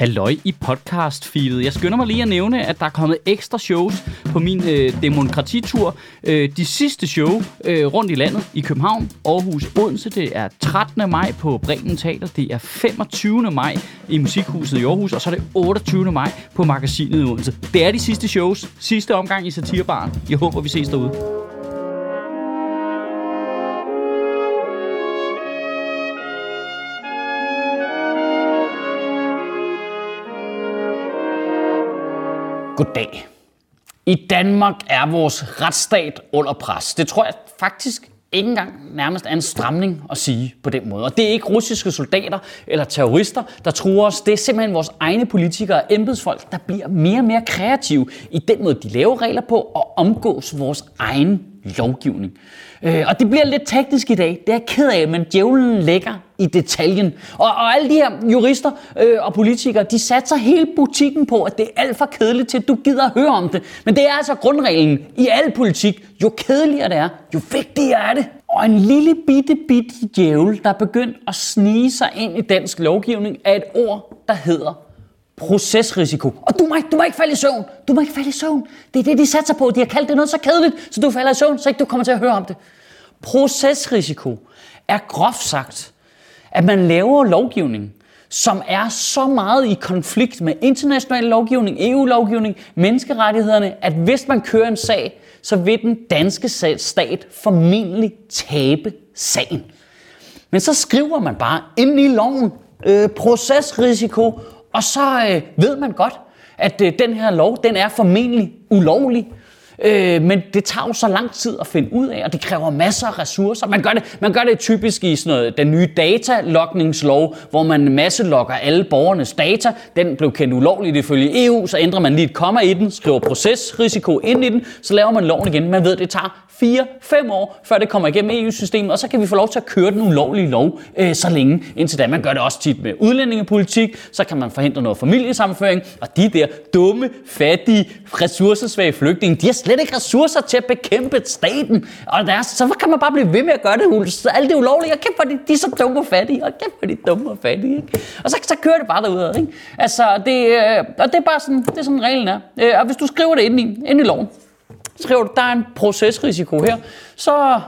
Halløj i podcast-feedet. Jeg skynder mig lige at nævne, at der er kommet ekstra shows på min demokratitur. De sidste show rundt i landet i København, Aarhus, Odense. Det er 13. maj på Bremen Teater. Det er 25. maj i Musikhuset i Aarhus. Og så er det 28. maj på Magasinet i Odense. Det er de sidste shows. Sidste omgang i Satirebaren. Jeg håber, vi ses derude. Goddag. I Danmark er vores retsstat under pres. Det tror jeg faktisk ikke engang nærmest er en stramning at sige på den måde. Og det er ikke russiske soldater eller terrorister, der truer os. Det er simpelthen vores egne politikere og embedsfolk, der bliver mere og mere kreative i den måde, de laver regler på og omgås vores egen lovgivning. Og det bliver lidt teknisk i dag. Det er jeg ked af, men djævlen ligger i detaljen. Og alle de her jurister og politikere, de satser hele butikken på, at det er alt for kedeligt til, at du gider at høre om det. Men det er altså grundreglen i al politik. Jo kedeligere det er, jo vigtigere er det. Og en lille bitte djævel, der er begyndt at snige sig ind i dansk lovgivning, er et ord, der hedder procesrisiko. Og du må ikke falde i søvn. Du må ikke falde i søvn. Det er det, de satser på. De har kaldt det noget så kedeligt, så du falder i søvn, så ikke du kommer til at høre om det. Procesrisiko er groft sagt, at man laver lovgivning, som er så meget i konflikt med international lovgivning, EU-lovgivning, menneskerettighederne, at hvis man kører en sag, så vil den danske stat formentlig tabe sagen. Men så skriver man bare ind i loven procesrisiko, og så ved man godt, at den her lov, den er formentlig ulovlig. Men det tager jo så lang tid at finde ud af, og det kræver masser af ressourcer. Man gør det typisk i sådan noget, den nye datalogningslov, hvor man masselogger alle borgernes data. Den blev kendt ulovligt ifølge EU, så ændrer man lige et komma i den, skriver procesrisiko ind i den, så laver man loven igen. Man ved, det tager 4-5 år, før det kommer igennem EU-systemet, og så kan vi få lov til at køre den ulovlige lov så længe indtil da. Man gør det også tit med udlændingepolitik, så kan man forhindre noget familiesammenføring, og de der dumme, fattige, ressourcesvage flygtninge, de har slet ikke ressourcer til at bekæmpe staten, og så kan man bare blive ved med at gøre det, alt det ulovlige, og kæft for de er så dumme og fattige, og kæft for de dumme og fattige, ikke? Og så kører det bare derudad, ikke? Altså, og det er bare sådan, det er sådan reglen er. Og hvis du skriver det ind i loven, skriver du, der er en procesrisiko her, så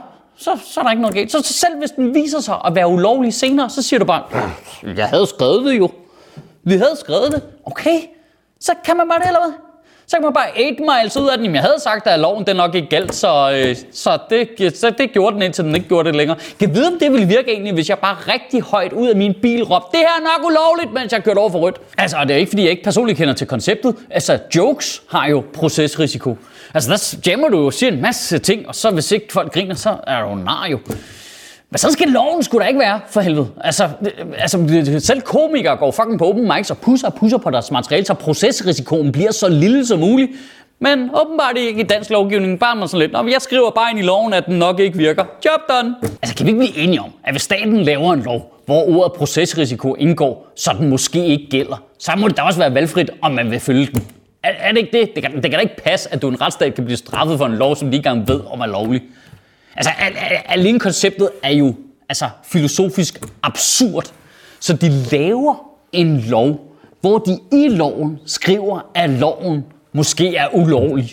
er der ikke noget galt. Så selv hvis den viser sig at være ulovlig senere, så siger du bare, jeg havde skrevet det jo. Vi havde skrevet det. Okay, så kan man bare det, eller hvad? Så kan man bare 8 miles ud af den. Jamen, jeg havde sagt, at loven den nok ikke galt, så det gjorde den, indtil den ikke gjorde det længere. Jeg ved, om det ville virke egentlig, hvis jeg bare rigtig højt ud af min bil råbte, det her er nok ulovligt, mens jeg kørte over for rødt. Altså, det er ikke, fordi jeg ikke personligt kender til konceptet. Altså, jokes har jo procesrisiko. Altså, der jammer du jo og siger en masse ting, og så hvis ikke folk griner, så er du nar jo. Men så skal loven sgu da ikke være, for helvede. Altså, selv komikere går fucking på open mics og pusser på deres materiale, så procesrisikoen bliver så lille som muligt. Men åbenbart ikke i dansk lovgivning. Bare man sådan lidt, jeg skriver bare ind i loven, at den nok ikke virker. Job done. Altså, kan vi ikke blive enige om, at hvis staten laver en lov, hvor ordet procesrisiko indgår, så den måske ikke gælder, så må det da også være valgfrit, om man vil følge den. Er det ikke det? Det kan da ikke passe, at du i en retsstat kan blive straffet for en lov, som de ikke engang ved, om er lovlig. Altså, alene konceptet er jo filosofisk absurd. Så de laver en lov, hvor de i loven skriver, at loven måske er ulovlig.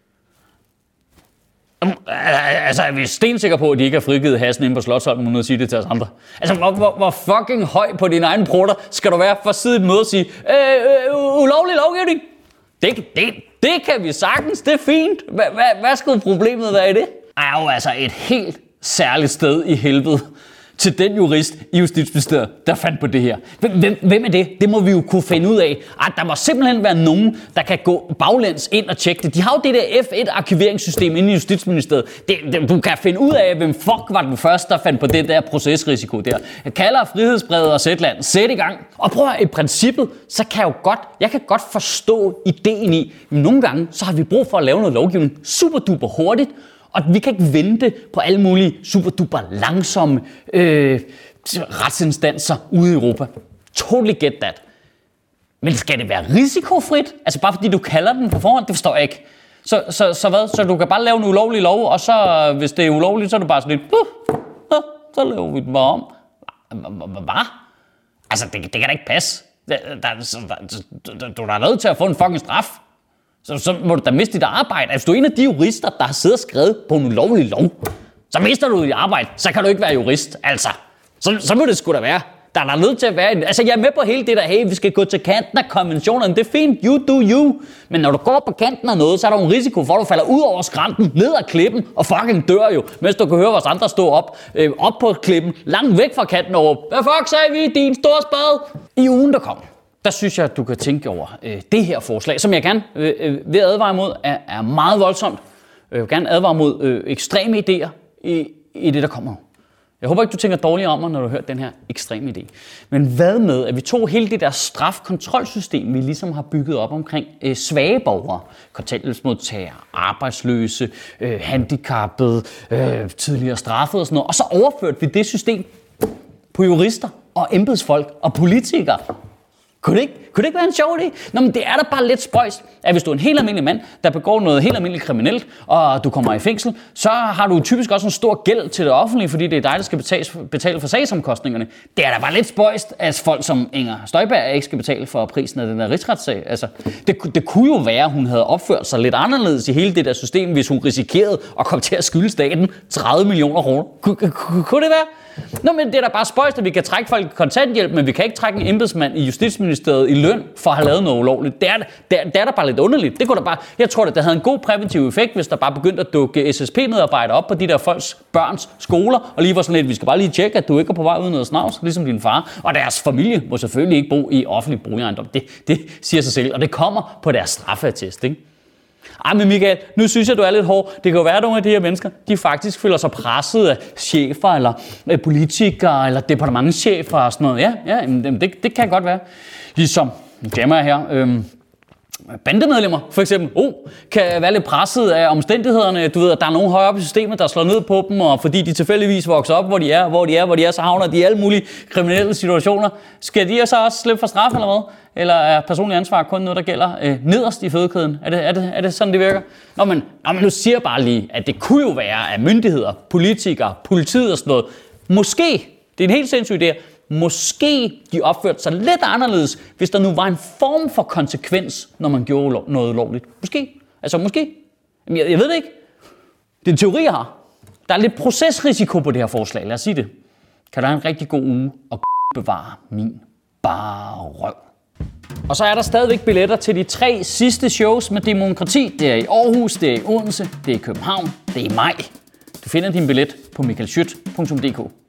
Altså, er vi stensikre på, at de ikke har frigivet hassen inde på Slotsholmen, uden at sige det til os andre? Altså, hvor fucking høj på din egen prutter skal du være for at sidde i et møde og sige, ulovlig lovgivning? Det kan vi sagtens, det er fint. Hvad skulle problemet være i det? Er jo altså et helt særligt sted i helvede til den jurist i Justitsministeriet, der fandt på det her. Hvem er det? Det må vi jo kunne finde ud af. At der må simpelthen være nogen, der kan gå baglæns ind og tjekke det. De har jo det der F1-arkiveringssystem inde i Justitsministeriet. Du kan finde ud af, hvem fuck var den første, der fandt på det der procesrisiko der. Jeg kalder frihedsbrevet og Zetland. Sæt i gang. Og prøv at i princippet, så kan jeg kan godt forstå ideen i, men nogle gange, så har vi brug for at lave noget lovgivning super duper hurtigt, og vi kan ikke vente på alle mulige super duper langsomme retsinstanser ude i Europa. Totally get that. Men skal det være risikofrit? Altså bare fordi du kalder den på forhånd? Det forstår jeg ikke. Så hvad? Så du kan bare lave en ulovlig lov, og så hvis det er ulovligt, så er du bare sådan lidt, så laver vi den bare om. Hvad? Altså det kan da ikke passe. Du er da nødt til at få en fucking straf. Så må du da miste dit arbejde. Hvis du er en af de jurister, der har siddet og skrevet på en ulovlig lov, så mister du dit arbejde. Så kan du ikke være jurist, altså. Så må det sgu da være. Der er nødt til at være altså, jeg er med på hele det der, hey, vi skal gå til kanten af konventionerne. Det er fint, you do you. Men når du går på kanten af noget, så er der en risiko for, at du falder ud over skrænten, ned ad klippen og fucking dør jo. Mens du kan høre vores andre stå op på klippen, langt væk fra kanten og råbe, hvad fuck sagde vi, din store spade? I ugen, der kommer, der synes jeg, at du kan tænke over det her forslag, som jeg gerne vil advare mod, er meget voldsomt. Jeg vil gerne advare mod ekstreme idéer i det, der kommer. Jeg håber ikke, du tænker dårligt om mig, når du hører den her ekstreme idé. Men hvad med, at vi tog hele det der strafkontrolsystem, vi ligesom har bygget op omkring svage borgere, kontanthjælpsmodtagere, arbejdsløse, handicappede, tidligere straffede og sådan noget, og så overførte vi det system på jurister og embedsfolk og politikere. Kunne det ikke være en sjov idé? Nå, men det er da bare lidt spøjst, at hvis du er en helt almindelig mand, der begår noget helt almindeligt kriminelt, og du kommer i fængsel, så har du typisk også en stor gæld til det offentlige, fordi det er dig, der skal betale for sagsomkostningerne. Det er da bare lidt spøjst, at folk som Inger Støjberg ikke skal betale for prisen af den der rigsretssag. Altså, det kunne jo være, at hun havde opført sig lidt anderledes i hele det der system, hvis hun risikerede at komme til at skylde staten 30 millioner kroner. Kunne det være? Nå, men det er da bare spøjst, at vi kan trække folk i kontanthjælp, men vi kan ikke trække en embedsmand i Justitsministeriet i løn for at have lavet noget ulovligt. Det er da bare lidt underligt. Det kunne da bare, jeg tror, at det havde en god præventiv effekt, hvis der bare begyndte at dukke SSP-medarbejdere op på de der folks børns skoler, og lige var sådan lidt, vi skal bare lige tjekke, at du ikke er på vej uden noget snavs, ligesom din far. Og deres familie må selvfølgelig ikke bo i offentlig boligejendom. Det siger sig selv, og det kommer på deres straffeattest, ikke? Ej, men Michael, nu synes jeg, du er lidt hård. Det kan jo være, at nogle af de her mennesker, de faktisk føler sig presset af chefer, eller politikere, eller departementschefer og sådan noget. Ja, det kan godt være. Ligesom, nu glemmer jeg her, bandemedlemmer for eksempel, kan være lidt presset af omstændighederne. Du ved, at der er nogen højere op i systemet, der slår ned på dem, og fordi de tilfældigvis vokser op, hvor de er, så havner de i alle mulige kriminelle situationer. Skal de så også slippe for straf, eller hvad? Eller er personlig ansvar kun noget, der gælder nederst i fødekæden? Er det sådan, det virker? Nå, men nu siger jeg bare lige, at det kunne jo være, at myndigheder, politikere, politiet og sådan noget, måske, det er en helt sindssyg idé, måske de opførte sig lidt anderledes, hvis der nu var en form for konsekvens, når man gjorde noget ulovligt. Måske. Altså måske. Jamen, jeg ved det ikke. Det er en teori, jeg har. Der er lidt procesrisiko på det her forslag, lad os sige det. Kan du have en rigtig god uge og bevare min bare røv. Og så er der stadigvæk billetter til de 3 sidste shows med Demokrati. Det er i Aarhus, det er i Odense, det er i København, det er i maj. Du finder din billet på michaelschødt.dk.